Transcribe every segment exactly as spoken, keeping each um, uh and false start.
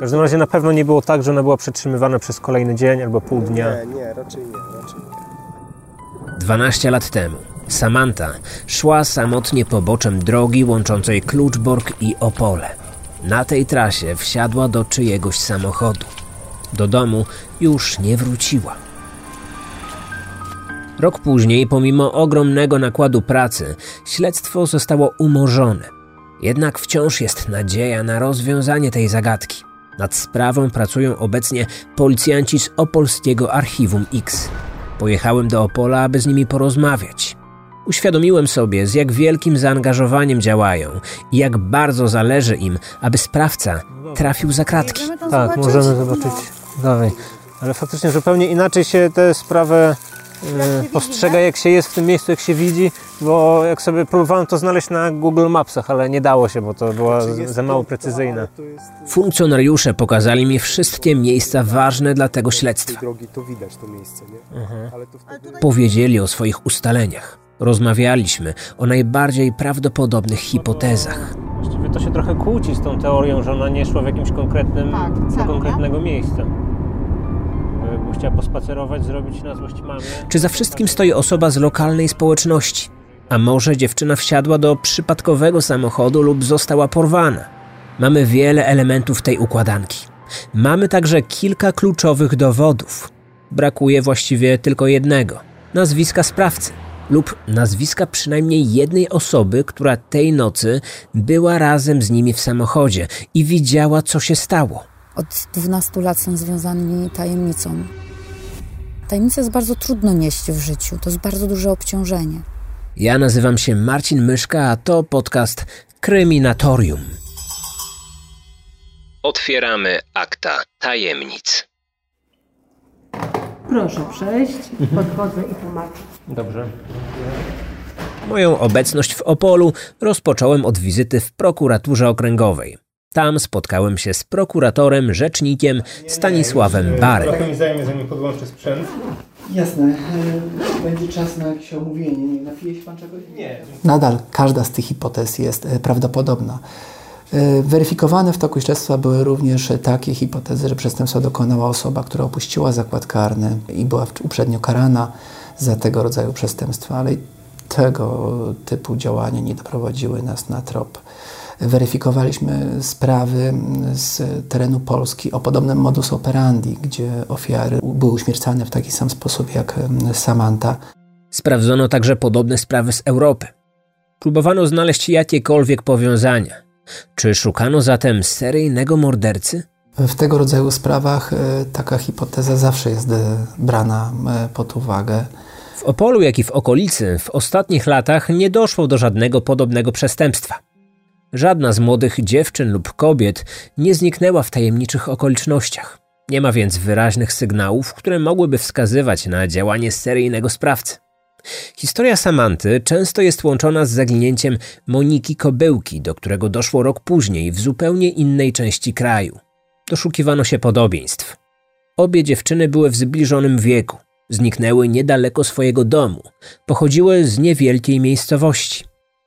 każdym razie na pewno nie było tak, że ona była przetrzymywana przez kolejny dzień albo pół dnia. Nie, nie, raczej nie, raczej nie. dwanaście lat temu Samantha szła samotnie poboczem drogi łączącej Kluczbork i Opole. Na tej trasie wsiadła do czyjegoś samochodu. Do domu już nie wróciła. Rok później, pomimo ogromnego nakładu pracy, śledztwo zostało umorzone. Jednak wciąż jest nadzieja na rozwiązanie tej zagadki. Nad sprawą pracują obecnie policjanci z Opolskiego Archiwum X. Pojechałem do Opola, aby z nimi porozmawiać. Uświadomiłem sobie, z jak wielkim zaangażowaniem działają i jak bardzo zależy im, aby sprawca trafił za kratki. Tak, możemy zobaczyć dalej. Ale faktycznie zupełnie inaczej się tę sprawę e, postrzega, jak się jest w tym miejscu, jak się widzi, bo jak sobie próbowałem to znaleźć na Google Mapsach, ale nie dało się, bo to była za mało precyzyjna. Funkcjonariusze pokazali mi wszystkie miejsca ważne dla tego śledztwa. Powiedzieli o swoich ustaleniach. Rozmawialiśmy o najbardziej prawdopodobnych hipotezach. Właściwie to się trochę kłóci z tą teorią, że ona nie szła w jakimś konkretnym, tak, do cel, konkretnego nie? miejsca. Jakby chciała pospacerować, zrobić na złość mamie. Czy za wszystkim stoi osoba z lokalnej społeczności? A może dziewczyna wsiadła do przypadkowego samochodu lub została porwana? Mamy wiele elementów tej układanki. Mamy także kilka kluczowych dowodów. Brakuje właściwie tylko jednego. Nazwiska sprawcy. Lub nazwiska przynajmniej jednej osoby, która tej nocy była razem z nimi w samochodzie i widziała, co się stało. Od dwunastu lat są związani tajemnicą. Tajemnicę jest bardzo trudno nieść w życiu. To jest bardzo duże obciążenie. Ja nazywam się Marcin Myszka, a to podcast Kryminatorium. Otwieramy akta tajemnic. Proszę przejść, podchodzę i tłumaczę. Dobrze. Moją obecność w Opolu rozpocząłem od wizyty w prokuraturze okręgowej. Tam spotkałem się z prokuratorem, rzecznikiem Stanisławem Barem. Trochę mi zajmie, zanim podłączę sprzęt. Jasne. Będzie czas na jakieś omówienie. Nie napije się pan czegoś? Nie. Nadal każda z tych hipotez jest prawdopodobna. Weryfikowane w toku śledztwa były również takie hipotezy, że przestępstwa dokonała osoba, która opuściła zakład karny i była uprzednio karana za tego rodzaju przestępstwa, ale tego typu działania nie doprowadziły nas na trop. Weryfikowaliśmy sprawy z terenu Polski o podobnym modus operandi, gdzie ofiary były uśmiercane w taki sam sposób jak Samantha. Sprawdzono także podobne sprawy z Europy. Próbowano znaleźć jakiekolwiek powiązania. Czy szukano zatem seryjnego mordercy? W tego rodzaju sprawach taka hipoteza zawsze jest brana pod uwagę. W Opolu, jak i w okolicy w ostatnich latach nie doszło do żadnego podobnego przestępstwa. Żadna z młodych dziewczyn lub kobiet nie zniknęła w tajemniczych okolicznościach. Nie ma więc wyraźnych sygnałów, które mogłyby wskazywać na działanie seryjnego sprawcy. Historia Samanty często jest łączona z zaginięciem Moniki Kobyłki, do którego doszło rok później w zupełnie innej części kraju. Doszukiwano się podobieństw. Obie dziewczyny były w zbliżonym wieku. Zniknęły niedaleko swojego domu. Pochodziły z niewielkiej miejscowości.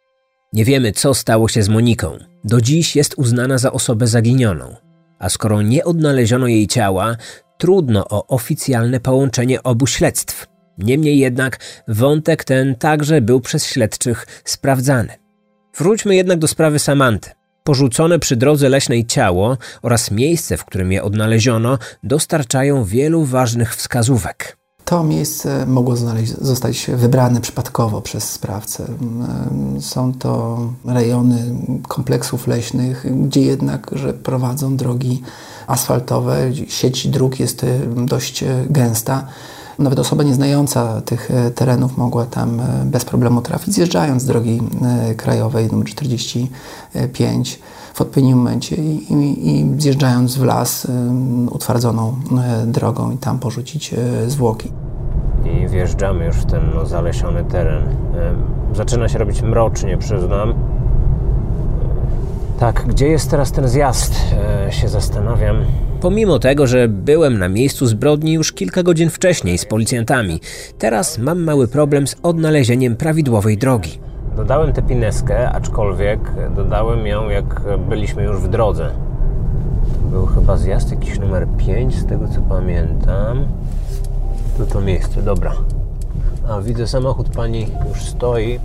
Nie wiemy, co stało się z Moniką. Do dziś jest uznana za osobę zaginioną. A skoro nie odnaleziono jej ciała, trudno o oficjalne połączenie obu śledztw. Niemniej jednak wątek ten także był przez śledczych sprawdzany. Wróćmy jednak do sprawy Samanty. Porzucone przy drodze leśnej ciało oraz miejsce, w którym je odnaleziono, dostarczają wielu ważnych wskazówek. To miejsce mogło znaleźć, zostać wybrane przypadkowo przez sprawcę. Są to rejony kompleksów leśnych, gdzie jednakże prowadzą drogi asfaltowe. Sieć dróg jest dość gęsta. Nawet osoba nieznająca tych terenów mogła tam bez problemu trafić, zjeżdżając z drogi krajowej nr czterdzieści pięć w odpowiednim momencie i, i, i zjeżdżając w las utwardzoną drogą i tam porzucić zwłoki. I wjeżdżamy już w ten no, zalesiony teren. Zaczyna się robić mrocznie, przyznam. Tak, gdzie jest teraz ten zjazd? E, się zastanawiam. Pomimo tego, że byłem na miejscu zbrodni już kilka godzin wcześniej z policjantami, teraz mam mały problem z odnalezieniem prawidłowej drogi. Dodałem tę pineskę, aczkolwiek dodałem ją, jak byliśmy już w drodze. Był chyba zjazd jakiś numer pięć, z tego co pamiętam. To to miejsce, dobra. A widzę, samochód pani już stoi.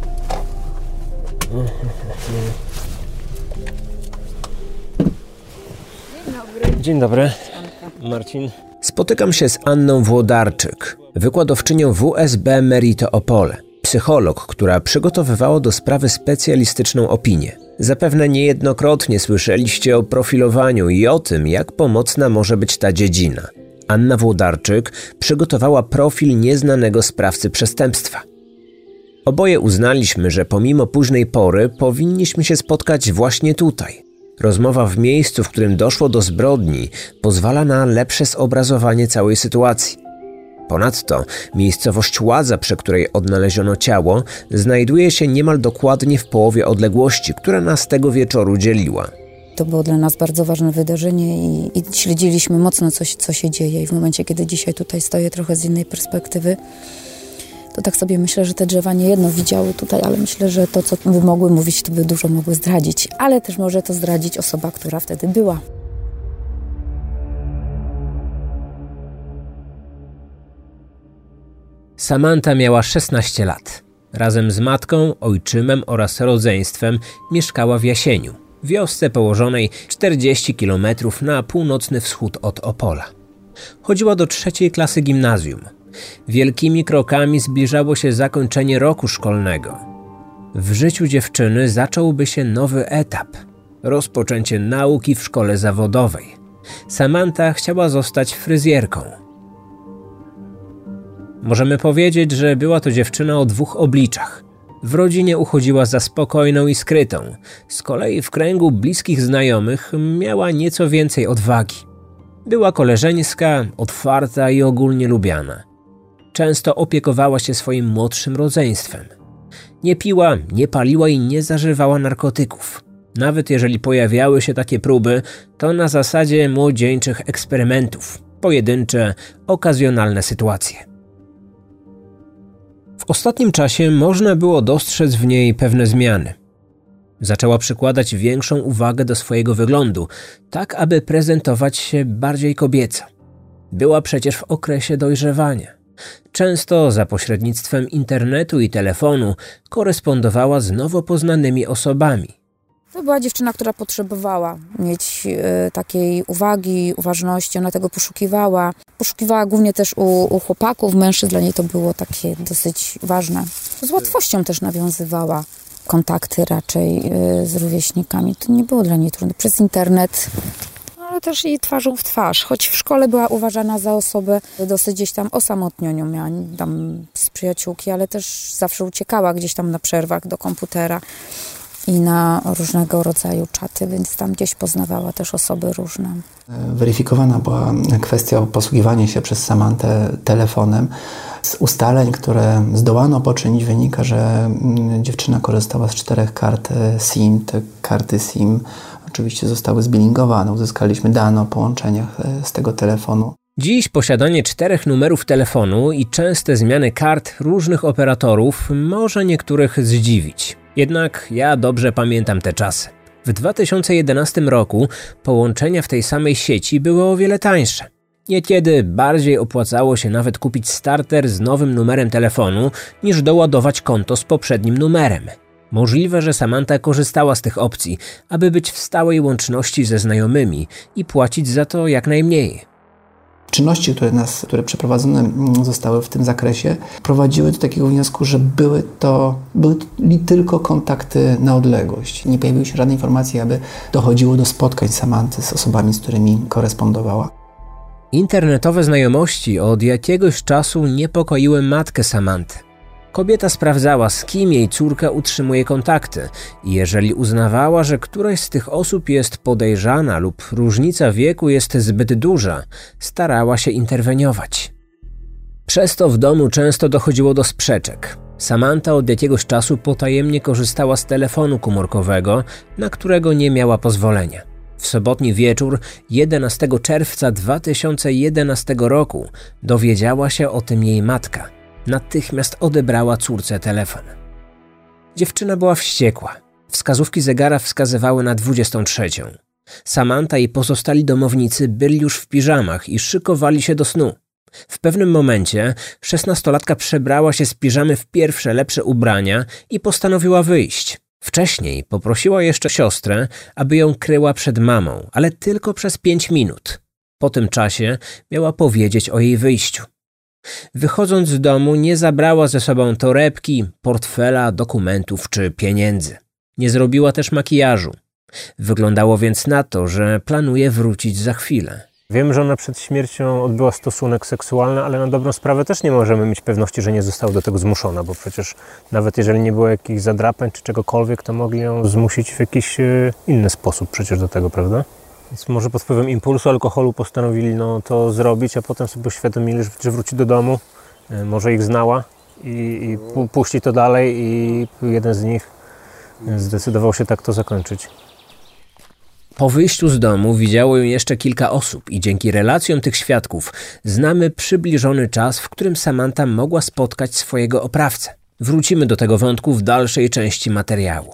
Dzień dobry. Dzień dobry. Marcin. Spotykam się z Anną Włodarczyk, wykładowczynią W S B Merito Opole, psycholog, która przygotowywała do sprawy specjalistyczną opinię. Zapewne niejednokrotnie słyszeliście o profilowaniu i o tym, jak pomocna może być ta dziedzina. Anna Włodarczyk przygotowała profil nieznanego sprawcy przestępstwa. Oboje uznaliśmy, że pomimo późnej pory powinniśmy się spotkać właśnie tutaj. Rozmowa w miejscu, w którym doszło do zbrodni, pozwala na lepsze zobrazowanie całej sytuacji. Ponadto miejscowość Ładza, przy której odnaleziono ciało, znajduje się niemal dokładnie w połowie odległości, która nas tego wieczoru dzieliła. To było dla nas bardzo ważne wydarzenie i, i śledziliśmy mocno, co, co się dzieje. I w momencie, kiedy dzisiaj tutaj stoję trochę z innej perspektywy, to tak sobie myślę, że te drzewa nie jedno widziały tutaj, ale myślę, że to, co by mogły mówić, to by dużo mogły zdradzić. Ale też może to zdradzić osoba, która wtedy była. Samanta miała szesnaście lat. Razem z matką, ojczymem oraz rodzeństwem mieszkała w Jasieniu, wiosce położonej czterdzieści kilometrów na północny wschód od Opola. Chodziła do trzeciej klasy gimnazjum. Wielkimi krokami zbliżało się zakończenie roku szkolnego. W życiu dziewczyny zacząłby się nowy etap – rozpoczęcie nauki w szkole zawodowej. Samanta chciała zostać fryzjerką. Możemy powiedzieć, że była to dziewczyna o dwóch obliczach. W rodzinie uchodziła za spokojną i skrytą. Z kolei w kręgu bliskich znajomych miała nieco więcej odwagi. Była koleżeńska, otwarta i ogólnie lubiana. Często opiekowała się swoim młodszym rodzeństwem. Nie piła, nie paliła i nie zażywała narkotyków. Nawet jeżeli pojawiały się takie próby, to na zasadzie młodzieńczych eksperymentów, pojedyncze, okazjonalne sytuacje. W ostatnim czasie można było dostrzec w niej pewne zmiany. Zaczęła przykładać większą uwagę do swojego wyglądu, tak aby prezentować się bardziej kobieco. Była przecież w okresie dojrzewania. Często za pośrednictwem internetu i telefonu korespondowała z nowo poznanymi osobami. To była dziewczyna, która potrzebowała mieć y, takiej uwagi, uważności, ona tego poszukiwała. Poszukiwała głównie też u, u chłopaków, mężczyzn, dla niej to było takie dosyć ważne. Z łatwością też nawiązywała kontakty raczej y, z rówieśnikami. To nie było dla niej trudne. Przez internet, ale też i twarzą w twarz. Choć w szkole była uważana za osobę dosyć gdzieś tam osamotnioną. Miała tam z przyjaciółki, ale też zawsze uciekała gdzieś tam na przerwach do komputera i na różnego rodzaju czaty, więc tam gdzieś poznawała też osoby różne. Weryfikowana była kwestia posługiwania się przez Samantę telefonem. Z ustaleń, które zdołano poczynić, wynika, że dziewczyna korzystała z czterech kart SIM. Te karty SIM oczywiście zostały zbilingowane. Uzyskaliśmy dane o połączeniach z tego telefonu. Dziś posiadanie czterech numerów telefonu i częste zmiany kart różnych operatorów może niektórych zdziwić. Jednak ja dobrze pamiętam te czasy. W dwa tysiące jedenastym roku połączenia w tej samej sieci były o wiele tańsze. Niekiedy bardziej opłacało się nawet kupić starter z nowym numerem telefonu, niż doładować konto z poprzednim numerem. Możliwe, że Samanta korzystała z tych opcji, aby być w stałej łączności ze znajomymi i płacić za to jak najmniej. Czynności, które, nas, które przeprowadzone zostały w tym zakresie, prowadziły do takiego wniosku, że były to byli tylko kontakty na odległość. Nie pojawiły się żadne informacje, aby dochodziło do spotkań Samanty z osobami, z którymi korespondowała. Internetowe znajomości od jakiegoś czasu niepokoiły matkę Samanty. Kobieta sprawdzała, z kim jej córka utrzymuje kontakty i jeżeli uznawała, że któraś z tych osób jest podejrzana lub różnica wieku jest zbyt duża, starała się interweniować. Przez to w domu często dochodziło do sprzeczek. Samanta od jakiegoś czasu potajemnie korzystała z telefonu komórkowego, na którego nie miała pozwolenia. W sobotni wieczór jedenastego czerwca dwa tysiące jedenastego roku dowiedziała się o tym jej matka. Natychmiast odebrała córce telefon. Dziewczyna była wściekła. Wskazówki zegara wskazywały na dwudziestą trzecią. Samanta i pozostali domownicy byli już w piżamach i szykowali się do snu. W pewnym momencie szesnastolatka przebrała się z piżamy w pierwsze lepsze ubrania i postanowiła wyjść. Wcześniej poprosiła jeszcze siostrę, aby ją kryła przed mamą, ale tylko przez pięć minut. Po tym czasie miała powiedzieć o jej wyjściu. Wychodząc z domu nie zabrała ze sobą torebki, portfela, dokumentów czy pieniędzy. Nie zrobiła też makijażu. Wyglądało więc na to, że planuje wrócić za chwilę. Wiem, że ona przed śmiercią odbyła stosunek seksualny, ale na dobrą sprawę też nie możemy mieć pewności, że nie została do tego zmuszona, bo przecież nawet jeżeli nie było jakichś zadrapań czy czegokolwiek, to mogli ją zmusić w jakiś inny sposób przecież do tego, prawda? Więc może pod wpływem impulsu alkoholu postanowili no, to zrobić, a potem sobie uświadomili, że przecież wróci do domu, może ich znała i, i pu- puści to dalej i jeden z nich zdecydował się tak to zakończyć. Po wyjściu z domu widziało ją jeszcze kilka osób i dzięki relacjom tych świadków znamy przybliżony czas, w którym Samanta mogła spotkać swojego oprawcę. Wrócimy do tego wątku w dalszej części materiału.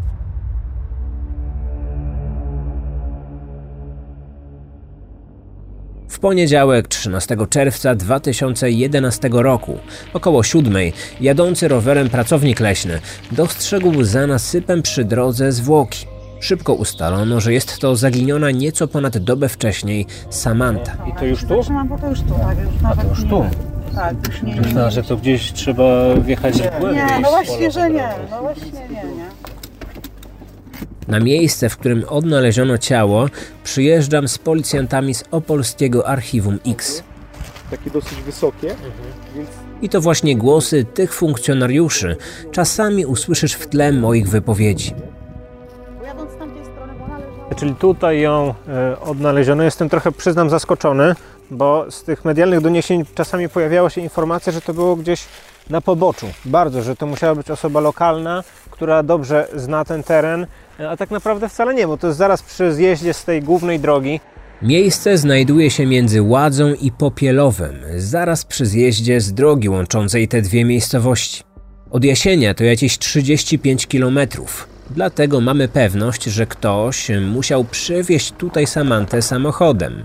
W poniedziałek trzynastego czerwca dwa tysiące jedenastego roku, około siódmej, jadący rowerem pracownik leśny dostrzegł za nasypem przy drodze zwłoki. Szybko ustalono, że jest to zaginiona nieco ponad dobę wcześniej Samanta. I to już tu? Zaczynam, bo to już tu, tak, już nawet już nie, tu? Tak, już nie, nie, Myślałem, że to gdzieś trzeba wjechać w głębiej. nie, no właśnie, że nie, no właśnie nie, nie. Na miejsce, w którym odnaleziono ciało, przyjeżdżam z policjantami z Opolskiego Archiwum X. Takie dosyć wysokie, więc I to właśnie głosy tych funkcjonariuszy czasami usłyszysz w tle moich wypowiedzi. Jadąc z tamtej strony, bo ona leżała... Czyli tutaj ją e, odnaleziono. Jestem trochę, przyznam, zaskoczony, bo z tych medialnych doniesień czasami pojawiała się informacja, że to było gdzieś na poboczu. Bardzo, że to musiała być osoba lokalna, która dobrze zna ten teren, a tak naprawdę wcale nie, bo to jest zaraz przy zjeździe z tej głównej drogi. Miejsce znajduje się między Ładzą i Popielowem, zaraz przy zjeździe z drogi łączącej te dwie miejscowości. Od Jasienia to jakieś trzydzieści pięć kilometrów, dlatego mamy pewność, że ktoś musiał przywieźć tutaj Samantę samochodem.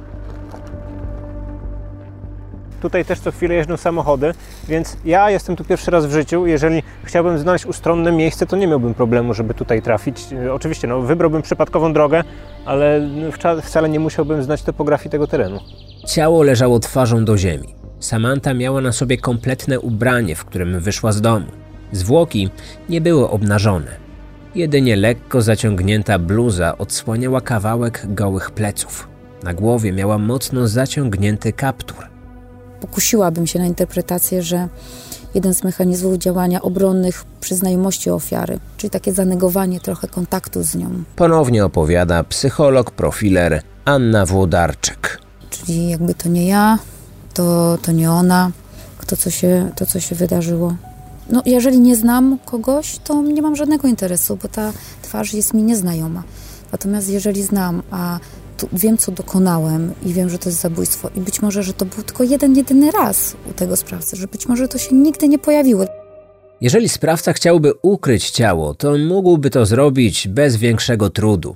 Tutaj też co chwilę jeżdżą samochody, więc ja jestem tu pierwszy raz w życiu. Jeżeli chciałbym znaleźć ustronne miejsce, to nie miałbym problemu, żeby tutaj trafić. Oczywiście, no, wybrałbym przypadkową drogę, ale wcale nie musiałbym znać topografii tego terenu. Ciało leżało twarzą do ziemi. Samanta miała na sobie kompletne ubranie, w którym wyszła z domu. Zwłoki nie były obnażone. Jedynie lekko zaciągnięta bluza odsłaniała kawałek gołych pleców. Na głowie miała mocno zaciągnięty kaptur. Pokusiłabym się na interpretację, że jeden z mechanizmów działania obronnych przy znajomości ofiary, czyli takie zanegowanie trochę kontaktu z nią. Ponownie opowiada psycholog, profiler Anna Włodarczyk. Czyli jakby to nie ja, to, to nie ona, to co, się, to co się wydarzyło. No, jeżeli nie znam kogoś, to nie mam żadnego interesu, bo ta twarz jest mi nieznajoma. Natomiast jeżeli znam, a wiem, co dokonałem i wiem, że to jest zabójstwo i być może, że to był tylko jeden, jedyny raz u tego sprawcy, że być może to się nigdy nie pojawiło. Jeżeli sprawca chciałby ukryć ciało, to mógłby to zrobić bez większego trudu.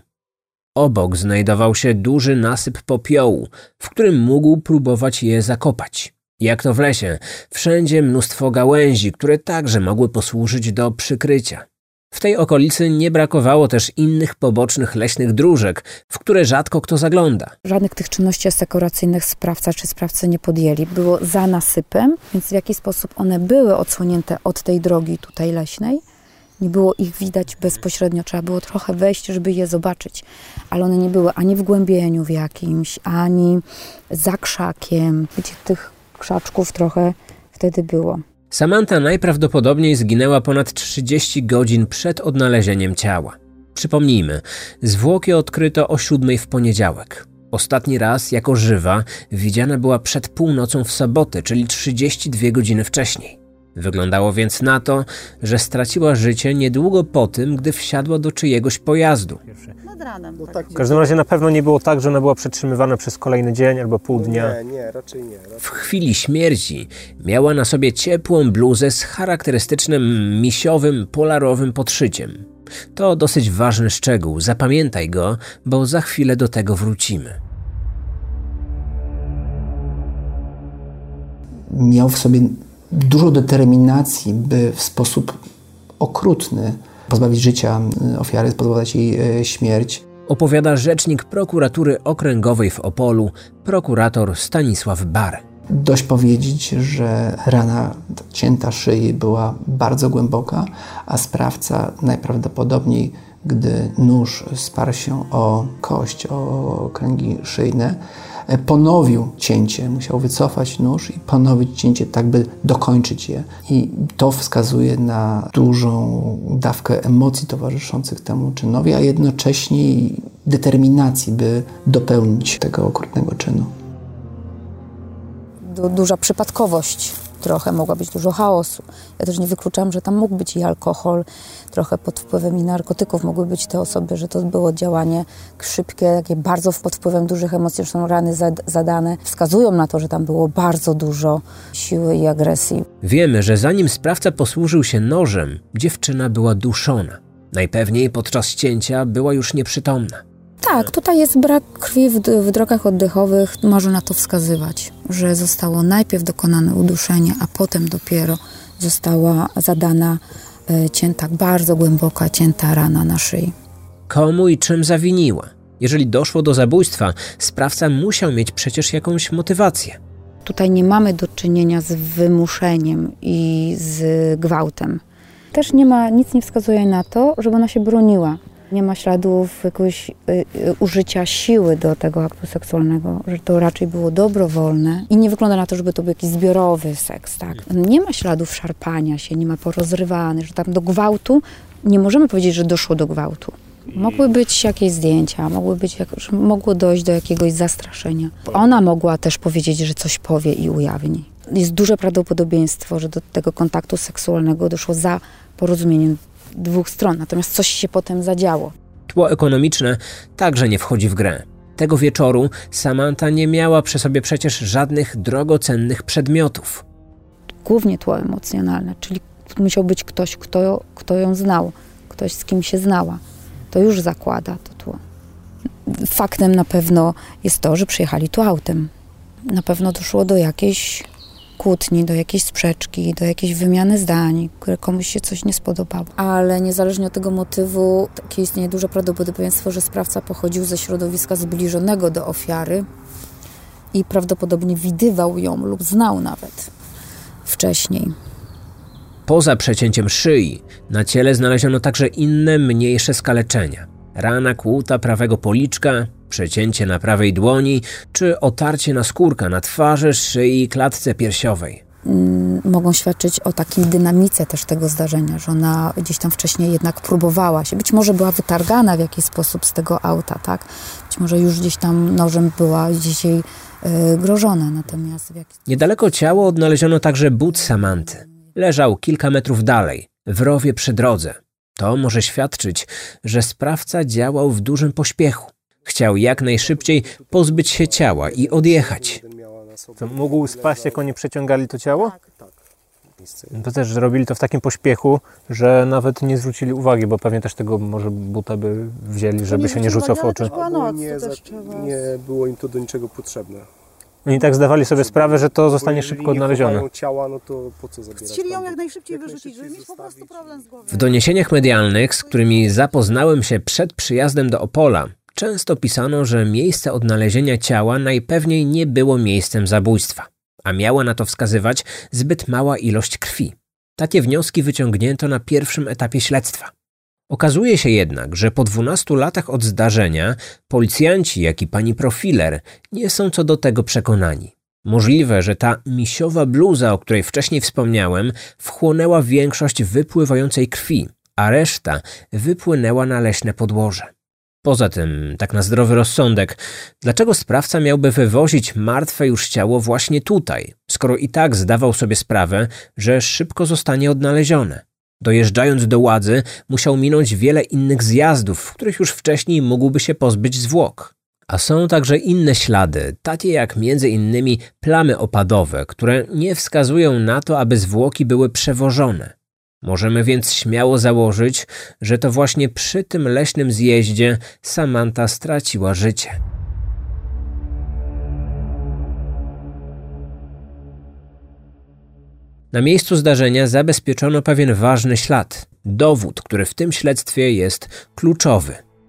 Obok znajdował się duży nasyp popiołu, w którym mógł próbować je zakopać. Jak to w lesie, wszędzie mnóstwo gałęzi, które także mogły posłużyć do przykrycia. W tej okolicy nie brakowało też innych pobocznych leśnych dróżek, w które rzadko kto zagląda. Żadnych tych czynności asekuracyjnych sprawca czy sprawcy nie podjęli. Było za nasypem, więc w jakiś sposób one były odsłonięte od tej drogi tutaj leśnej. Nie było ich widać bezpośrednio, trzeba było trochę wejść, żeby je zobaczyć. Ale one nie były ani w głębieniu w jakimś, ani za krzakiem, gdzie tych krzaczków trochę wtedy było. Samanta najprawdopodobniej zginęła ponad trzydzieści godzin przed odnalezieniem ciała. Przypomnijmy, zwłoki odkryto o siódmej w poniedziałek. Ostatni raz jako żywa widziana była przed północą w sobotę, czyli trzydzieści dwie godziny wcześniej. Wyglądało więc na to, że straciła życie niedługo po tym, gdy wsiadła do czyjegoś pojazdu. Nad ranem. no tak. tak, W każdym razie na pewno nie było tak, że ona była przetrzymywana przez kolejny dzień albo pół dnia. nie, nie, raczej nie. Raczej. W chwili śmierci miała na sobie ciepłą bluzę z charakterystycznym misiowym, polarowym podszyciem. To dosyć ważny szczegół, zapamiętaj go, bo za chwilę do tego wrócimy. Miał w sobie dużo determinacji, by w sposób okrutny pozbawić życia ofiary, spowodować jej śmierć. Opowiada rzecznik prokuratury okręgowej w Opolu, prokurator Stanisław Bar. Dość powiedzieć, że rana cięta szyi była bardzo głęboka, a sprawca najprawdopodobniej, gdy nóż sparł się o kość, o kręgi szyjne, ponowił cięcie. Musiał wycofać nóż i ponowić cięcie, tak by dokończyć je. I to wskazuje na dużą dawkę emocji towarzyszących temu czynowi, a jednocześnie determinacji, by dopełnić tego okrutnego czynu. Du- duża przypadkowość trochę, mogła być dużo chaosu. Ja też nie wykluczam, że tam mógł być i alkohol, trochę pod wpływem i narkotyków mogły być te osoby, że to było działanie szybkie, takie bardzo pod wpływem dużych emocji, zresztą rany zad- zadane wskazują na to, że tam było bardzo dużo siły i agresji. Wiemy, że zanim sprawca posłużył się nożem, dziewczyna była duszona. Najpewniej podczas cięcia była już nieprzytomna. Tak, tutaj jest brak krwi w, w drogach oddechowych, może na to wskazywać, że zostało najpierw dokonane uduszenie, a potem dopiero została zadana e, cięta, bardzo głęboka cięta rana na szyi. Komu i czym zawiniła? Jeżeli doszło do zabójstwa, sprawca musiał mieć przecież jakąś motywację. Tutaj nie mamy do czynienia z wymuszeniem i z gwałtem. Też nie ma, nic nie wskazuje na to, żeby ona się broniła. Nie ma śladów jakiegoś y, y, użycia siły do tego aktu seksualnego, że to raczej było dobrowolne i nie wygląda na to, żeby to był jakiś zbiorowy seks, tak? Nie ma śladów szarpania się, nie ma porozrywanych, że tam do gwałtu, nie możemy powiedzieć, że doszło do gwałtu. Mogły być jakieś zdjęcia, mogły być, jak, że mogło dojść do jakiegoś zastraszenia. Ona mogła też powiedzieć, że coś powie i ujawni. Jest duże prawdopodobieństwo, że do tego kontaktu seksualnego doszło za porozumieniem dwóch stron, natomiast coś się potem zadziało. Tło ekonomiczne także nie wchodzi w grę. Tego wieczoru Samantha nie miała przy sobie przecież żadnych drogocennych przedmiotów. Głównie tło emocjonalne, czyli musiał być ktoś, kto, kto ją znał, ktoś, z kim się znała. To już zakłada to tło. Faktem na pewno jest to, że przyjechali tu autem. Na pewno doszło do jakiejś kłótni, do jakiejś sprzeczki, do jakiejś wymiany zdań, które komuś się coś nie spodobało. Ale niezależnie od tego motywu, takie istnieje duże prawdopodobieństwo, że sprawca pochodził ze środowiska zbliżonego do ofiary i prawdopodobnie widywał ją lub znał nawet wcześniej. Poza przecięciem szyi, na ciele znaleziono także inne, mniejsze skaleczenia. Rana kłuta prawego policzka, przecięcie na prawej dłoni, czy otarcie naskórka na twarzy, szyi i klatce piersiowej. Mm, mogą świadczyć o takiej dynamice też tego zdarzenia, że ona gdzieś tam wcześniej jednak próbowała się. Być może była wytargana w jakiś sposób z tego auta, tak? Być może już gdzieś tam nożem była gdzieś jej yy, grożona, natomiast... W jakiś... Niedaleko ciało odnaleziono także but Samanthy. Leżał kilka metrów dalej, w rowie przy drodze. To może świadczyć, że sprawca działał w dużym pośpiechu. Chciał jak najszybciej pozbyć się ciała i odjechać. To mógł spaść, jak oni przeciągali to ciało? Tak. Tak. To też robili to w takim pośpiechu, że nawet nie zwrócili uwagi, bo pewnie też tego może buta by wzięli, żeby się nie rzucał w oczy. Była noc, nie, to za, też trzeba... nie było im to do niczego potrzebne. Oni tak zdawali sobie sprawę, że to zostanie Bo szybko jeżeli nie odnalezione. chowają ciała, no to po co zabierać? Chcieli ją tam? jak najszybciej Jak wyrzucić, najszybciej żeby mieć po prostu zostawić problem z głową. W doniesieniach medialnych, z którymi zapoznałem się przed przyjazdem do Opola, często pisano, że miejsce odnalezienia ciała najpewniej nie było miejscem zabójstwa, a miała na to wskazywać zbyt mała ilość krwi. Takie wnioski wyciągnięto na pierwszym etapie śledztwa. Okazuje się jednak, że po dwunastu latach od zdarzenia policjanci, jak i pani profiler nie są co do tego przekonani. Możliwe, że ta misiowa bluza, o której wcześniej wspomniałem, wchłonęła większość wypływającej krwi, a reszta wypłynęła na leśne podłoże. Poza tym, tak na zdrowy rozsądek, dlaczego sprawca miałby wywozić martwe już ciało właśnie tutaj, skoro i tak zdawał sobie sprawę, że szybko zostanie odnalezione? Dojeżdżając do Ładzy, musiał minąć wiele innych zjazdów, w których już wcześniej mógłby się pozbyć zwłok. A są także inne ślady, takie jak między innymi plamy opadowe, które nie wskazują na to, aby zwłoki były przewożone. Możemy więc śmiało założyć, że to właśnie przy tym leśnym zjeździe Samantha straciła życie. Na miejscu zdarzenia zabezpieczono pewien ważny ślad, dowód, który w tym śledztwie jest kluczowy.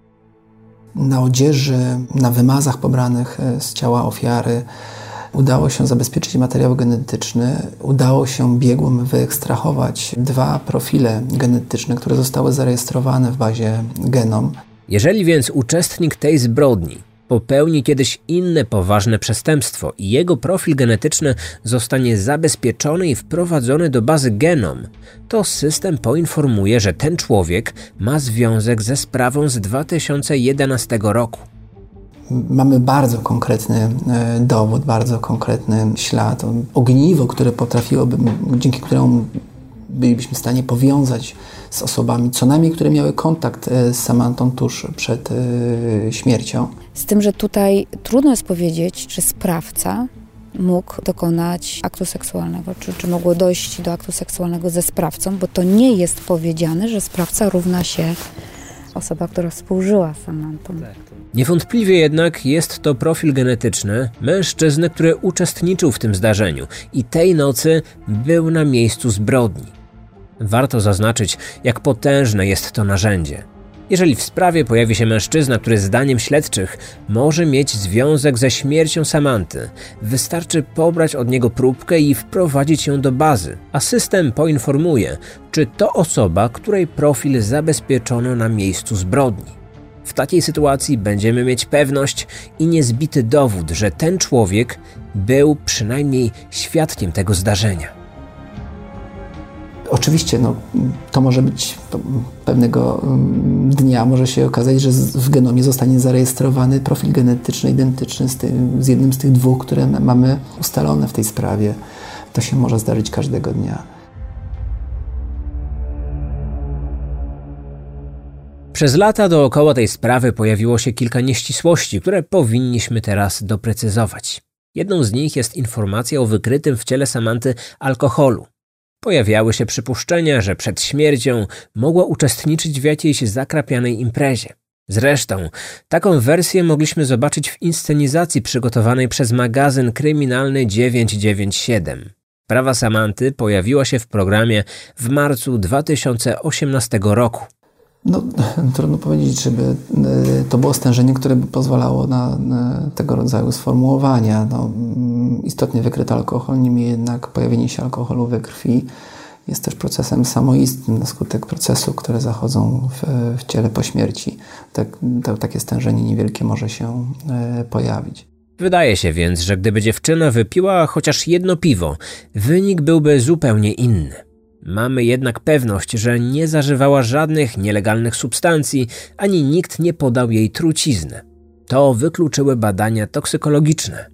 Na odzieży, na wymazach pobranych z ciała ofiary udało się zabezpieczyć materiał genetyczny, udało się biegłym wyekstrahować dwa profile genetyczne, które zostały zarejestrowane w bazie Genom. Jeżeli więc uczestnik tej zbrodni popełni kiedyś inne poważne przestępstwo i jego profil genetyczny zostanie zabezpieczony i wprowadzony do bazy Genom, to system poinformuje, że ten człowiek ma związek ze sprawą z dwa tysiące jedenastego roku. Mamy bardzo konkretny dowód, bardzo konkretny ślad, ogniwo, które potrafiłoby, dzięki któremu bylibyśmy w stanie powiązać z osobami, co najmniej, które miały kontakt z Samanthą tuż przed śmiercią. Z tym, że tutaj trudno jest powiedzieć, czy sprawca mógł dokonać aktu seksualnego, czy, czy mogło dojść do aktu seksualnego ze sprawcą, bo to nie jest powiedziane, że sprawca równa się osoba, która współżyła z Samanthą. Niewątpliwie jednak jest to profil genetyczny mężczyzny, który uczestniczył w tym zdarzeniu i tej nocy był na miejscu zbrodni. Warto zaznaczyć, jak potężne jest to narzędzie. Jeżeli w sprawie pojawi się mężczyzna, który zdaniem śledczych może mieć związek ze śmiercią Samanthy, wystarczy pobrać od niego próbkę i wprowadzić ją do bazy, a system poinformuje, czy to osoba, której profil zabezpieczono na miejscu zbrodni. W takiej sytuacji będziemy mieć pewność i niezbity dowód, że ten człowiek był przynajmniej świadkiem tego zdarzenia. Oczywiście no, to może być pewnego dnia, może się okazać, że w genomie zostanie zarejestrowany profil genetyczny identyczny z, tym, z jednym z tych dwóch, które mamy ustalone w tej sprawie. To się może zdarzyć każdego dnia. Przez lata dookoła tej sprawy pojawiło się kilka nieścisłości, które powinniśmy teraz doprecyzować. Jedną z nich jest informacja o wykrytym w ciele Samanthy alkoholu. Pojawiały się przypuszczenia, że przed śmiercią mogła uczestniczyć w jakiejś zakrapianej imprezie. Zresztą taką wersję mogliśmy zobaczyć w inscenizacji przygotowanej przez magazyn kryminalny dziewięć dziewięć siedem. Sprawa Samanthy pojawiła się w programie w marcu dwa tysiące osiemnastego roku. No, trudno powiedzieć, żeby to było stężenie, które by pozwalało na tego rodzaju sformułowania. No, istotnie wykryto alkohol, niemniej jednak pojawienie się alkoholu we krwi jest też procesem samoistnym na skutek procesu, które zachodzą w, w ciele po śmierci. Tak, to, takie stężenie niewielkie może się e, pojawić. Wydaje się więc, że gdyby dziewczyna wypiła chociaż jedno piwo, wynik byłby zupełnie inny. Mamy jednak pewność, że nie zażywała żadnych nielegalnych substancji, ani nikt nie podał jej trucizny. To wykluczyły badania toksykologiczne.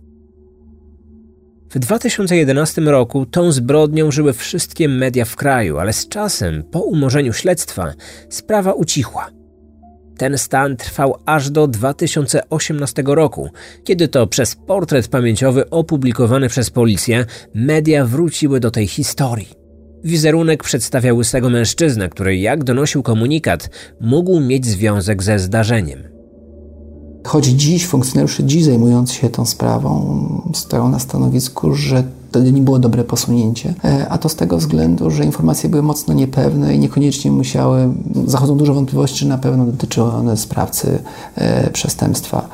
W dwa tysiące jedenastym roku tą zbrodnią żyły wszystkie media w kraju, ale z czasem, po umorzeniu śledztwa, sprawa ucichła. Ten stan trwał aż do dwa tysiące osiemnastego roku, kiedy to przez portret pamięciowy opublikowany przez policję media wróciły do tej historii. Wizerunek przedstawia łysego mężczyznę, który, jak donosił komunikat, mógł mieć związek ze zdarzeniem. Choć dziś funkcjonariusze dziś zajmujący się tą sprawą stoją na stanowisku, że to nie było dobre posunięcie, a to z tego względu, że informacje były mocno niepewne i niekoniecznie musiały, zachodzą dużo wątpliwości, czy na pewno dotyczyły one sprawcy e, przestępstwa.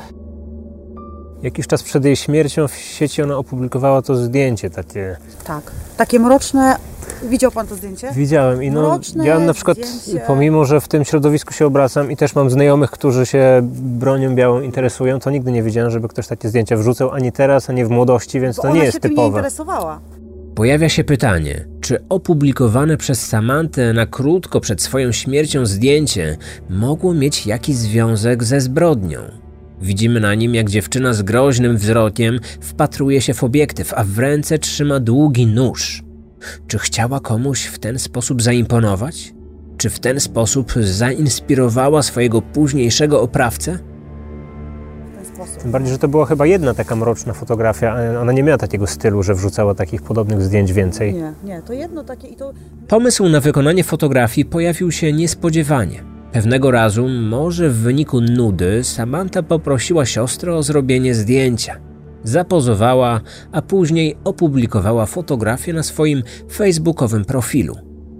Jakiś czas przed jej śmiercią w sieci ona opublikowała to zdjęcie takie. Tak, takie mroczne. Widział pan to zdjęcie? Widziałem i no, Mroczne ja na przykład, zdjęcie. pomimo że w tym środowisku się obracam i też mam znajomych, którzy się bronią białą interesują, to nigdy nie widziałem, żeby ktoś takie zdjęcia wrzucał, ani teraz, ani w młodości, więc Bo to ona nie jest się tym nie typowe. interesowała. Pojawia się pytanie, czy opublikowane przez Samanthę na krótko przed swoją śmiercią zdjęcie mogło mieć jakiś związek ze zbrodnią? Widzimy na nim, jak dziewczyna z groźnym wzrokiem wpatruje się w obiektyw, a w ręce trzyma długi nóż. Czy chciała komuś w ten sposób zaimponować? Czy w ten sposób zainspirowała swojego późniejszego oprawcę? sposób. Tym bardziej, że to była chyba jedna taka mroczna fotografia. Ona nie miała takiego stylu, że wrzucała takich podobnych zdjęć więcej. Nie, nie, to jedno takie i to... Pomysł na wykonanie fotografii pojawił się niespodziewanie. Pewnego razu, może w wyniku nudy, Samantha poprosiła siostrę o zrobienie zdjęcia. Zapozowała, a później opublikowała fotografię na swoim facebookowym profilu.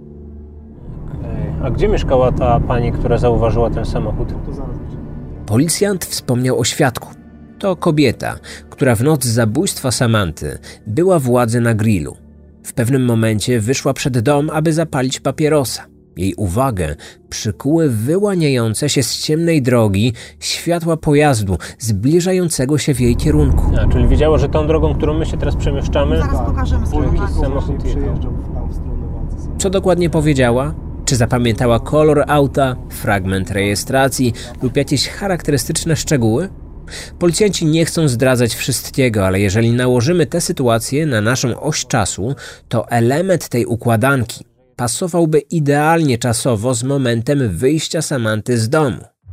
A gdzie mieszkała ta pani, która zauważyła ten samochód? Policjant wspomniał o świadku. To kobieta, która w noc zabójstwa Samanthy była w Ładze na grillu. W pewnym momencie wyszła przed dom, aby zapalić papierosa. Jej uwagę przykuły wyłaniające się z ciemnej drogi światła pojazdu zbliżającego się w jej kierunku. A, czyli wiedziała, że tą drogą, którą my się teraz przemieszczamy, Zaraz pokażemy że sobie. jakiś samochód jechał. Co dokładnie powiedziała? Czy zapamiętała kolor auta, fragment rejestracji lub jakieś charakterystyczne szczegóły? Policjanci nie chcą zdradzać wszystkiego, ale jeżeli nałożymy tę sytuację na naszą oś czasu, to element tej układanki pasowałby idealnie czasowo z momentem wyjścia Samanthy z domu.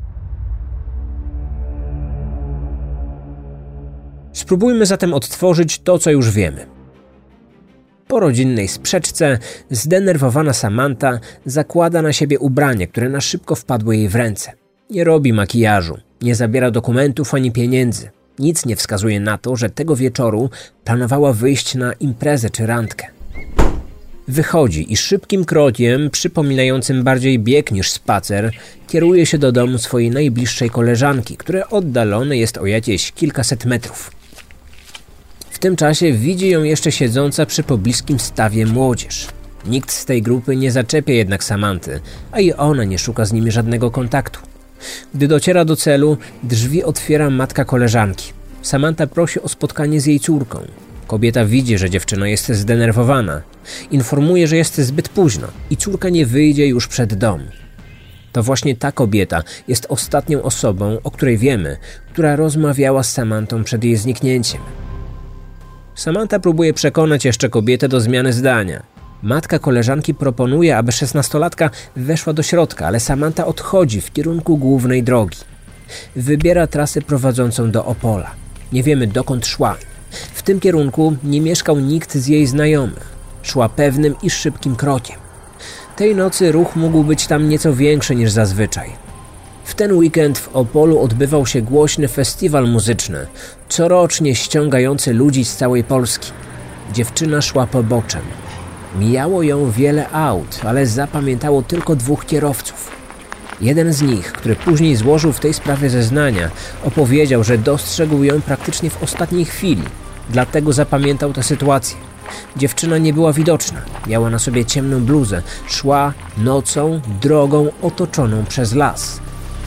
Spróbujmy zatem odtworzyć to, co już wiemy. Po rodzinnej sprzeczce zdenerwowana Samantha zakłada na siebie ubranie, które na szybko wpadły jej w ręce. Nie robi makijażu, nie zabiera dokumentów ani pieniędzy. Nic nie wskazuje na to, że tego wieczoru planowała wyjść na imprezę czy randkę. Wychodzi i szybkim krokiem, przypominającym bardziej bieg niż spacer, kieruje się do domu swojej najbliższej koleżanki, które oddalone jest o jakieś kilkaset metrów. W tym czasie widzi ją jeszcze siedząca przy pobliskim stawie młodzież. Nikt z tej grupy nie zaczepia jednak Samanthy, a i ona nie szuka z nimi żadnego kontaktu. Gdy dociera do celu, drzwi otwiera matka koleżanki. Samantha prosi o spotkanie z jej córką. Kobieta widzi, że dziewczyna jest zdenerwowana. Informuje, że jest zbyt późno i córka nie wyjdzie już przed dom. To właśnie ta kobieta jest ostatnią osobą, o której wiemy, która rozmawiała z Samanthą przed jej zniknięciem. Samantha próbuje przekonać jeszcze kobietę do zmiany zdania. Matka koleżanki proponuje, aby szesnastolatka weszła do środka, ale Samantha odchodzi w kierunku głównej drogi. Wybiera trasę prowadzącą do Opola. Nie wiemy, dokąd szła. W tym kierunku nie mieszkał nikt z jej znajomych. Szła pewnym i szybkim krokiem. Tej nocy ruch mógł być tam nieco większy niż zazwyczaj. W ten weekend w Opolu odbywał się głośny festiwal muzyczny, corocznie ściągający ludzi z całej Polski. Dziewczyna szła poboczem. Mijało ją wiele aut, ale zapamiętało tylko dwóch kierowców. Jeden z nich, który później złożył w tej sprawie zeznania, opowiedział, że dostrzegł ją praktycznie w ostatniej chwili. Dlatego zapamiętał tę sytuację. Dziewczyna nie była widoczna. Miała na sobie ciemną bluzę. Szła nocą drogą otoczoną przez las.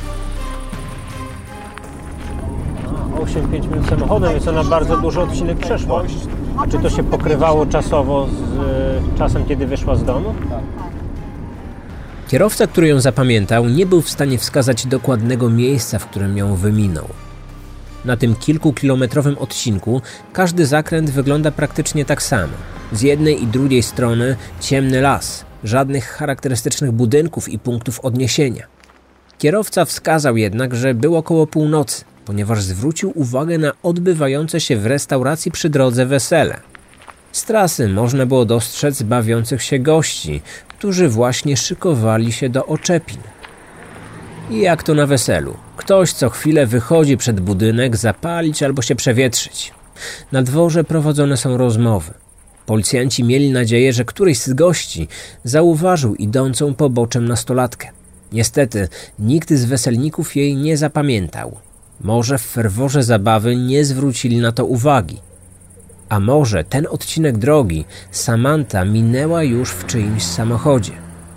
osiem pięć minut samochodem, więc ona bardzo duży odcinek przeszła. A czy to się pokrywało czasowo z y, czasem, kiedy wyszła z domu? Kierowca, który ją zapamiętał, nie był w stanie wskazać dokładnego miejsca, w którym ją wyminął. Na tym kilkukilometrowym odcinku każdy zakręt wygląda praktycznie tak samo. Z jednej i drugiej strony ciemny las, żadnych charakterystycznych budynków i punktów odniesienia. Kierowca wskazał jednak, że było koło północy, ponieważ zwrócił uwagę na odbywające się w restauracji przy drodze wesele. Z trasy można było dostrzec bawiących się gości, którzy właśnie szykowali się do oczepin. I jak to na weselu? Ktoś co chwilę wychodzi przed budynek zapalić albo się przewietrzyć. Na dworze prowadzone są rozmowy. Policjanci mieli nadzieję, że któryś z gości zauważył idącą poboczem nastolatkę. Niestety nikt z weselników jej nie zapamiętał. Może w ferworze zabawy nie zwrócili na to uwagi. A może ten odcinek drogi Samantha minęła już w czyimś samochodzie.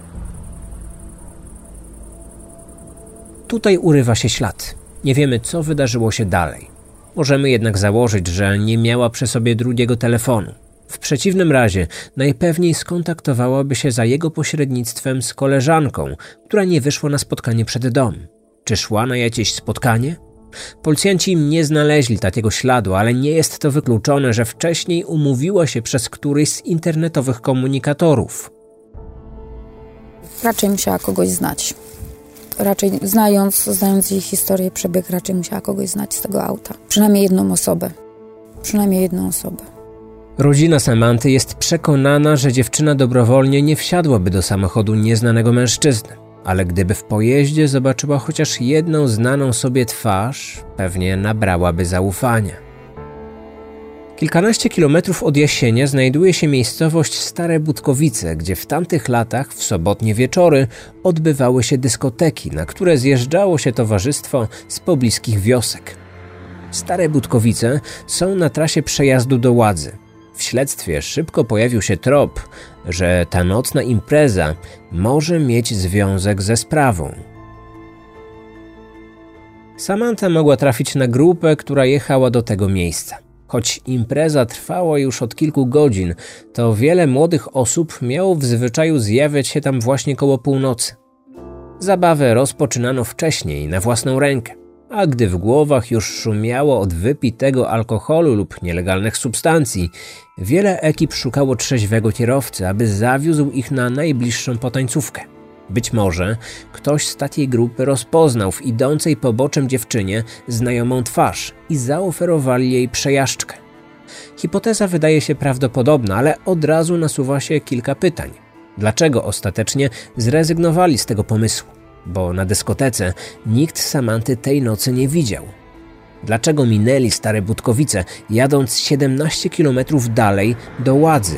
Tutaj urywa się ślad. Nie wiemy, co wydarzyło się dalej. Możemy jednak założyć, że nie miała przy sobie drugiego telefonu. W przeciwnym razie najpewniej skontaktowałaby się za jego pośrednictwem z koleżanką, która nie wyszła na spotkanie przed dom. Czy szła na jakieś spotkanie? Policjanci nie znaleźli takiego śladu, ale nie jest to wykluczone, że wcześniej umówiła się przez któryś z internetowych komunikatorów. Raczej musiała kogoś znać. raczej znając, znając jej historię, przebieg, raczej musiała kogoś znać z tego auta. Przynajmniej jedną osobę. Przynajmniej jedną osobę. Rodzina Samanty jest przekonana, że dziewczyna dobrowolnie nie wsiadłaby do samochodu nieznanego mężczyzny. Ale gdyby w pojeździe zobaczyła chociaż jedną znaną sobie twarz, pewnie nabrałaby zaufania. Kilkanaście kilometrów od Jasienia znajduje się miejscowość Stare Budkowice, gdzie w tamtych latach w sobotnie wieczory odbywały się dyskoteki, na które zjeżdżało się towarzystwo z pobliskich wiosek. Stare Budkowice są na trasie przejazdu do Ładzy. W śledztwie szybko pojawił się trop, że ta nocna impreza może mieć związek ze sprawą. Samanta mogła trafić na grupę, która jechała do tego miejsca. Choć impreza trwała już od kilku godzin, to wiele młodych osób miało w zwyczaju zjawiać się tam właśnie koło północy. Zabawę rozpoczynano wcześniej, na własną rękę, a gdy w głowach już szumiało od wypitego alkoholu lub nielegalnych substancji, wiele ekip szukało trzeźwego kierowcy, aby zawiózł ich na najbliższą potańcówkę. Być może ktoś z takiej grupy rozpoznał w idącej poboczem dziewczynie znajomą twarz i zaoferowali jej przejażdżkę. Hipoteza wydaje się prawdopodobna, ale od razu nasuwa się kilka pytań. Dlaczego ostatecznie zrezygnowali z tego pomysłu? Bo na dyskotece nikt Samanty tej nocy nie widział. Dlaczego minęli Stare Budkowice, jadąc siedemnaście kilometrów dalej do Ładzy?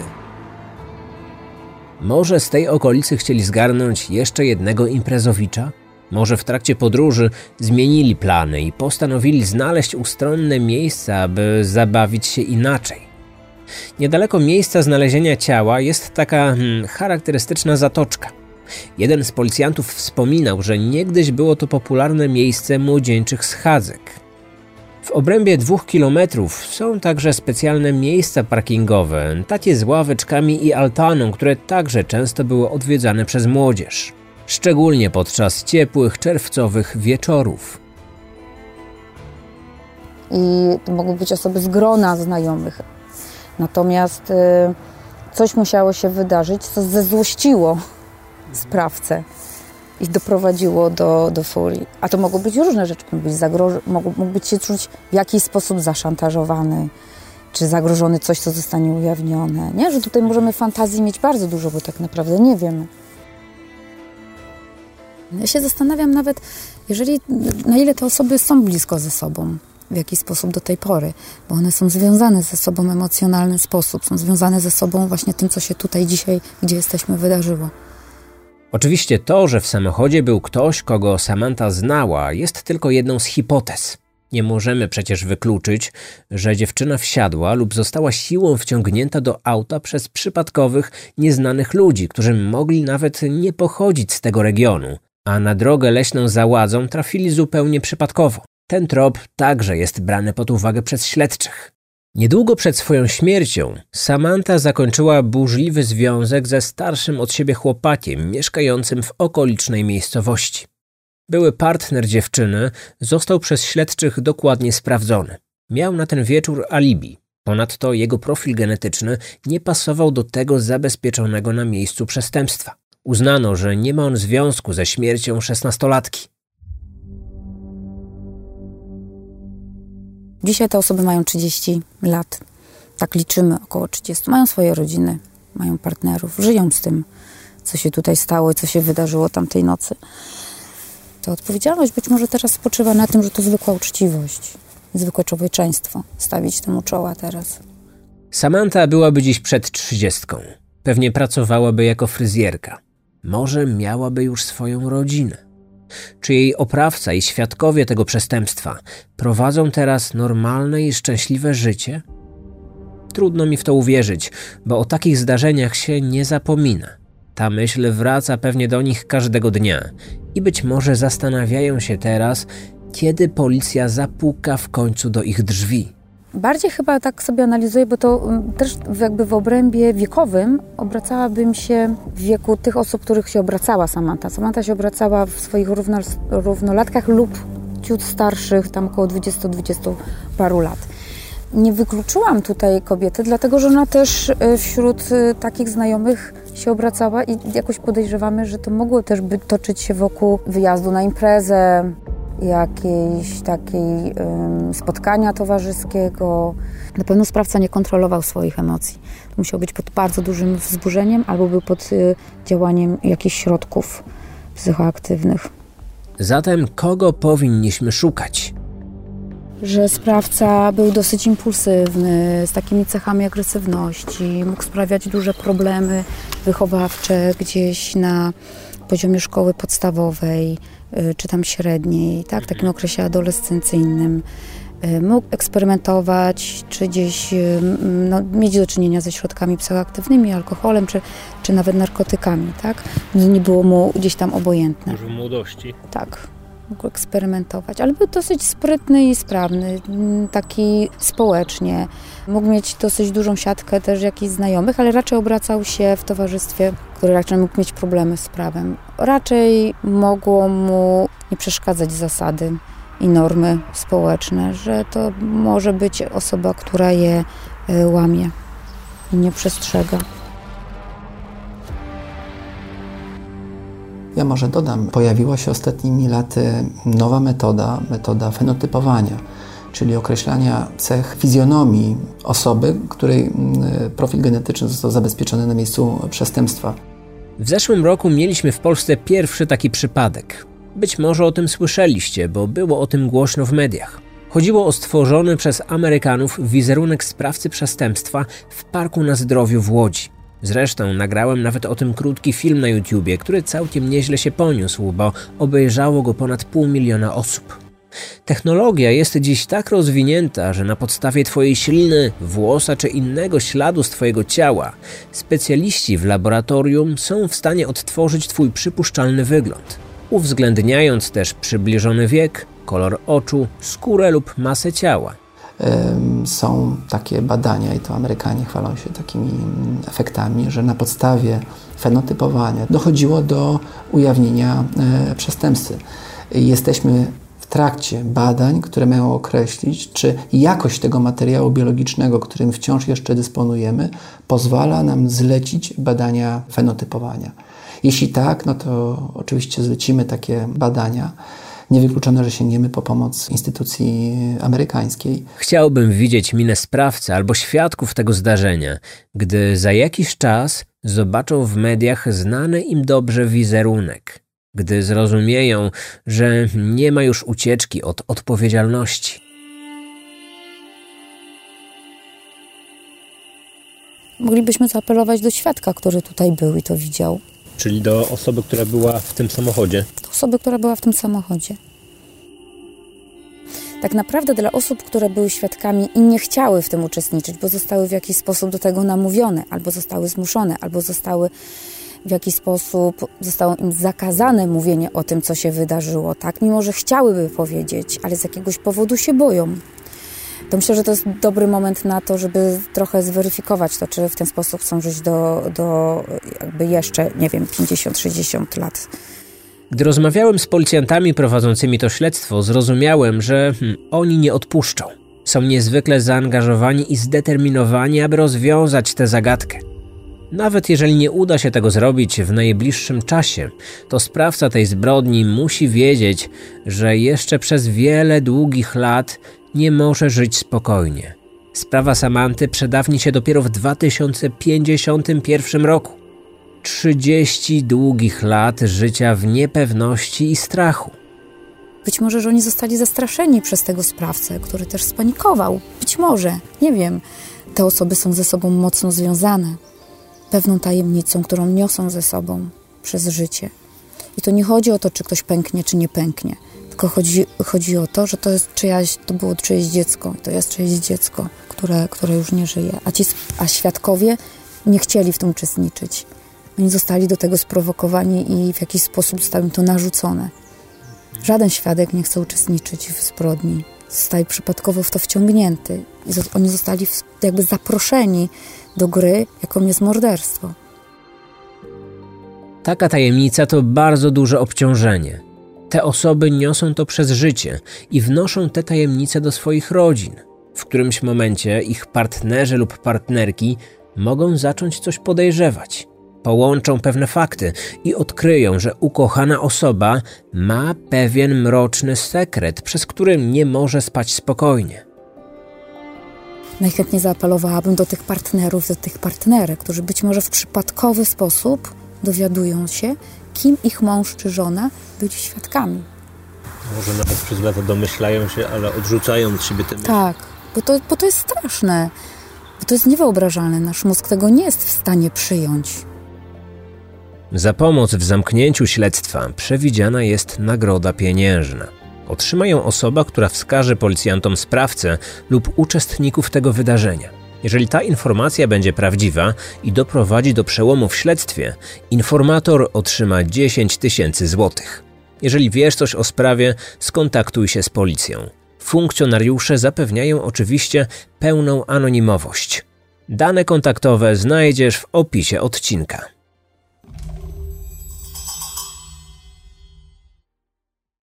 Może z tej okolicy chcieli zgarnąć jeszcze jednego imprezowicza? Może w trakcie podróży zmienili plany i postanowili znaleźć ustronne miejsca, aby zabawić się inaczej? Niedaleko miejsca znalezienia ciała jest taka hmm, charakterystyczna zatoczka. Jeden z policjantów wspominał, że niegdyś było to popularne miejsce młodzieńczych schadzek. W obrębie dwóch kilometrów są także specjalne miejsca parkingowe, takie z ławeczkami i altaną, które także często były odwiedzane przez młodzież. Szczególnie podczas ciepłych, czerwcowych wieczorów. I to mogły być osoby z grona znajomych. Natomiast y, coś musiało się wydarzyć, co zezłościło sprawcę i doprowadziło do, do furii. A to mogło być różne rzeczy. Mógł być, zagroż- mógł, mógł być się czuć w jakiś sposób zaszantażowany, czy zagrożony coś, co zostanie ujawnione. Nie, że tutaj możemy fantazji mieć bardzo dużo, bo tak naprawdę nie wiemy. Ja się zastanawiam nawet, jeżeli, na ile te osoby są blisko ze sobą, w jakiś sposób do tej pory, bo one są związane ze sobą w emocjonalny sposób, są związane ze sobą właśnie tym, co się tutaj dzisiaj, gdzie jesteśmy, wydarzyło. Oczywiście to, że w samochodzie był ktoś, kogo Samanta znała, jest tylko jedną z hipotez. Nie możemy przecież wykluczyć, że dziewczyna wsiadła lub została siłą wciągnięta do auta przez przypadkowych, nieznanych ludzi, którzy mogli nawet nie pochodzić z tego regionu, a na drogę leśną za Ładzą trafili zupełnie przypadkowo. Ten trop także jest brany pod uwagę przez śledczych. Niedługo przed swoją śmiercią Samanta zakończyła burzliwy związek ze starszym od siebie chłopakiem mieszkającym w okolicznej miejscowości. Były partner dziewczyny został przez śledczych dokładnie sprawdzony. Miał na ten wieczór alibi. Ponadto jego profil genetyczny nie pasował do tego zabezpieczonego na miejscu przestępstwa. Uznano, że nie ma on związku ze śmiercią szesnastolatki. Dzisiaj te osoby mają trzydzieści lat. Tak liczymy, około trzydzieści. Mają swoje rodziny, mają partnerów, żyją z tym, co się tutaj stało i co się wydarzyło tamtej nocy. To odpowiedzialność być może teraz spoczywa na tym, że to zwykła uczciwość, zwykłe człowieczeństwo. Stawić temu czoła teraz. Samanta byłaby dziś przed trzydziestką. Pewnie pracowałaby jako fryzjerka. Może miałaby już swoją rodzinę. Czy jej oprawca i świadkowie tego przestępstwa prowadzą teraz normalne i szczęśliwe życie? Trudno mi w to uwierzyć, bo o takich zdarzeniach się nie zapomina. Ta myśl wraca pewnie do nich każdego dnia i być może zastanawiają się teraz, kiedy policja zapuka w końcu do ich drzwi. Bardziej chyba tak sobie analizuję, bo to też jakby w obrębie wiekowym obracałabym się w wieku tych osób, których się obracała Samanta. Samanta się obracała w swoich równo, równolatkach lub ciut starszych, tam około dwudziestu, dwudziestu paru lat. Nie wykluczyłam tutaj kobiety, dlatego że ona też wśród takich znajomych się obracała i jakoś podejrzewamy, że to mogło też by toczyć się wokół wyjazdu na imprezę, jakiejś takiej um, spotkania towarzyskiego. Na pewno sprawca nie kontrolował swoich emocji. To musiał być pod bardzo dużym wzburzeniem albo był pod y, działaniem jakichś środków psychoaktywnych. Zatem kogo powinniśmy szukać? Że sprawca był dosyć impulsywny, z takimi cechami agresywności, mógł sprawiać duże problemy wychowawcze gdzieś na poziomie szkoły podstawowej czy tam średniej, tak, w takim okresie adolescencyjnym. Mógł eksperymentować, czy gdzieś no, mieć do czynienia ze środkami psychoaktywnymi, alkoholem, czy, czy nawet narkotykami, tak? Nie było mu gdzieś tam obojętne. Już w młodości. Tak. Mógł eksperymentować, ale był dosyć sprytny i sprawny, taki społecznie. Mógł mieć dosyć dużą siatkę też jakichś znajomych, ale raczej obracał się w towarzystwie, które raczej mógł mieć problemy z prawem. Raczej mogło mu nie przeszkadzać zasady i normy społeczne, że to może być osoba, która je łamie i nie przestrzega. Ja może dodam, pojawiła się ostatnimi laty nowa metoda, metoda fenotypowania, czyli określania cech fizjonomii osoby, której profil genetyczny został zabezpieczony na miejscu przestępstwa. W zeszłym roku mieliśmy w Polsce pierwszy taki przypadek. Być może o tym słyszeliście, bo było o tym głośno w mediach. Chodziło o stworzony przez Amerykanów wizerunek sprawcy przestępstwa w Parku na Zdrowiu w Łodzi. Zresztą nagrałem nawet o tym krótki film na YouTubie, który całkiem nieźle się poniósł, bo obejrzało go ponad pół miliona osób. Technologia jest dziś tak rozwinięta, że na podstawie twojej śliny, włosa czy innego śladu z twojego ciała specjaliści w laboratorium są w stanie odtworzyć twój przypuszczalny wygląd, uwzględniając też przybliżony wiek, kolor oczu, skórę lub masę ciała. Są takie badania i to Amerykanie chwalą się takimi efektami, że na podstawie fenotypowania dochodziło do ujawnienia przestępcy. Jesteśmy w trakcie badań, które mają określić, czy jakość tego materiału biologicznego, którym wciąż jeszcze dysponujemy, pozwala nam zlecić badania fenotypowania. Jeśli tak, no to oczywiście zlecimy takie badania. Niewykluczone, że sięgniemy po pomoc instytucji amerykańskiej. Chciałbym widzieć minę sprawcy albo świadków tego zdarzenia, gdy za jakiś czas zobaczą w mediach znany im dobrze wizerunek, gdy zrozumieją, że nie ma już ucieczki od odpowiedzialności. Moglibyśmy zaapelować do świadka, który tutaj był i to widział. Czyli do osoby, która była w tym samochodzie. Do osoby, która była w tym samochodzie. Tak naprawdę dla osób, które były świadkami i nie chciały w tym uczestniczyć, bo zostały w jakiś sposób do tego namówione, albo zostały zmuszone, albo zostały w jakiś sposób, zostało im zakazane mówienie o tym, co się wydarzyło, tak? Mimo że chciałyby powiedzieć, ale z jakiegoś powodu się boją. To myślę, że to jest dobry moment na to, żeby trochę zweryfikować to, czy w ten sposób chcą żyć do, do jakby jeszcze, nie wiem, pięćdziesiąt sześćdziesiąt lat. Gdy rozmawiałem z policjantami prowadzącymi to śledztwo, zrozumiałem, że hmm, oni nie odpuszczą. Są niezwykle zaangażowani i zdeterminowani, aby rozwiązać tę zagadkę. Nawet jeżeli nie uda się tego zrobić w najbliższym czasie, to sprawca tej zbrodni musi wiedzieć, że jeszcze przez wiele długich lat nie może żyć spokojnie. Sprawa Samanty przedawni się dopiero w dwa tysiące pięćdziesiątym pierwszym roku. trzydzieści długich lat życia w niepewności i strachu. Być może, że oni zostali zastraszeni przez tego sprawcę, który też spanikował. Być może, nie wiem. Te osoby są ze sobą mocno związane. Pewną tajemnicą, którą niosą ze sobą przez życie. I to nie chodzi o to, czy ktoś pęknie, czy nie pęknie. Tylko chodzi, chodzi o to, że to jest czyjaś, to było czyjeś dziecko, to jest czyjeś dziecko, które, które już nie żyje. A, ci, a świadkowie nie chcieli w tym uczestniczyć. Oni zostali do tego sprowokowani i w jakiś sposób zostało im to narzucone. Żaden świadek nie chce uczestniczyć w zbrodni. Zostali przypadkowo w to wciągnięty. I oni zostali jakby zaproszeni do gry, jaką jest morderstwo. Taka tajemnica to bardzo duże obciążenie. Te osoby niosą to przez życie i wnoszą te tajemnice do swoich rodzin. W którymś momencie ich partnerzy lub partnerki mogą zacząć coś podejrzewać. Połączą pewne fakty i odkryją, że ukochana osoba ma pewien mroczny sekret, przez który nie może spać spokojnie. Najchętniej zaapelowałabym do tych partnerów, do tych partnerek, którzy być może w przypadkowy sposób dowiadują się, kim ich mąż czy żona byli świadkami. Może nawet przez lata domyślają się, ale odrzucają od siebie te myśli. Tak, bo to, bo to jest straszne. Bo to jest niewyobrażalne. Nasz mózg tego nie jest w stanie przyjąć. Za pomoc w zamknięciu śledztwa przewidziana jest nagroda pieniężna. Otrzyma ją osoba, która wskaże policjantom sprawcę lub uczestników tego wydarzenia. Jeżeli ta informacja będzie prawdziwa i doprowadzi do przełomu w śledztwie, informator otrzyma dziesięć tysięcy złotych. Jeżeli wiesz coś o sprawie, skontaktuj się z policją. Funkcjonariusze zapewniają oczywiście pełną anonimowość. Dane kontaktowe znajdziesz w opisie odcinka.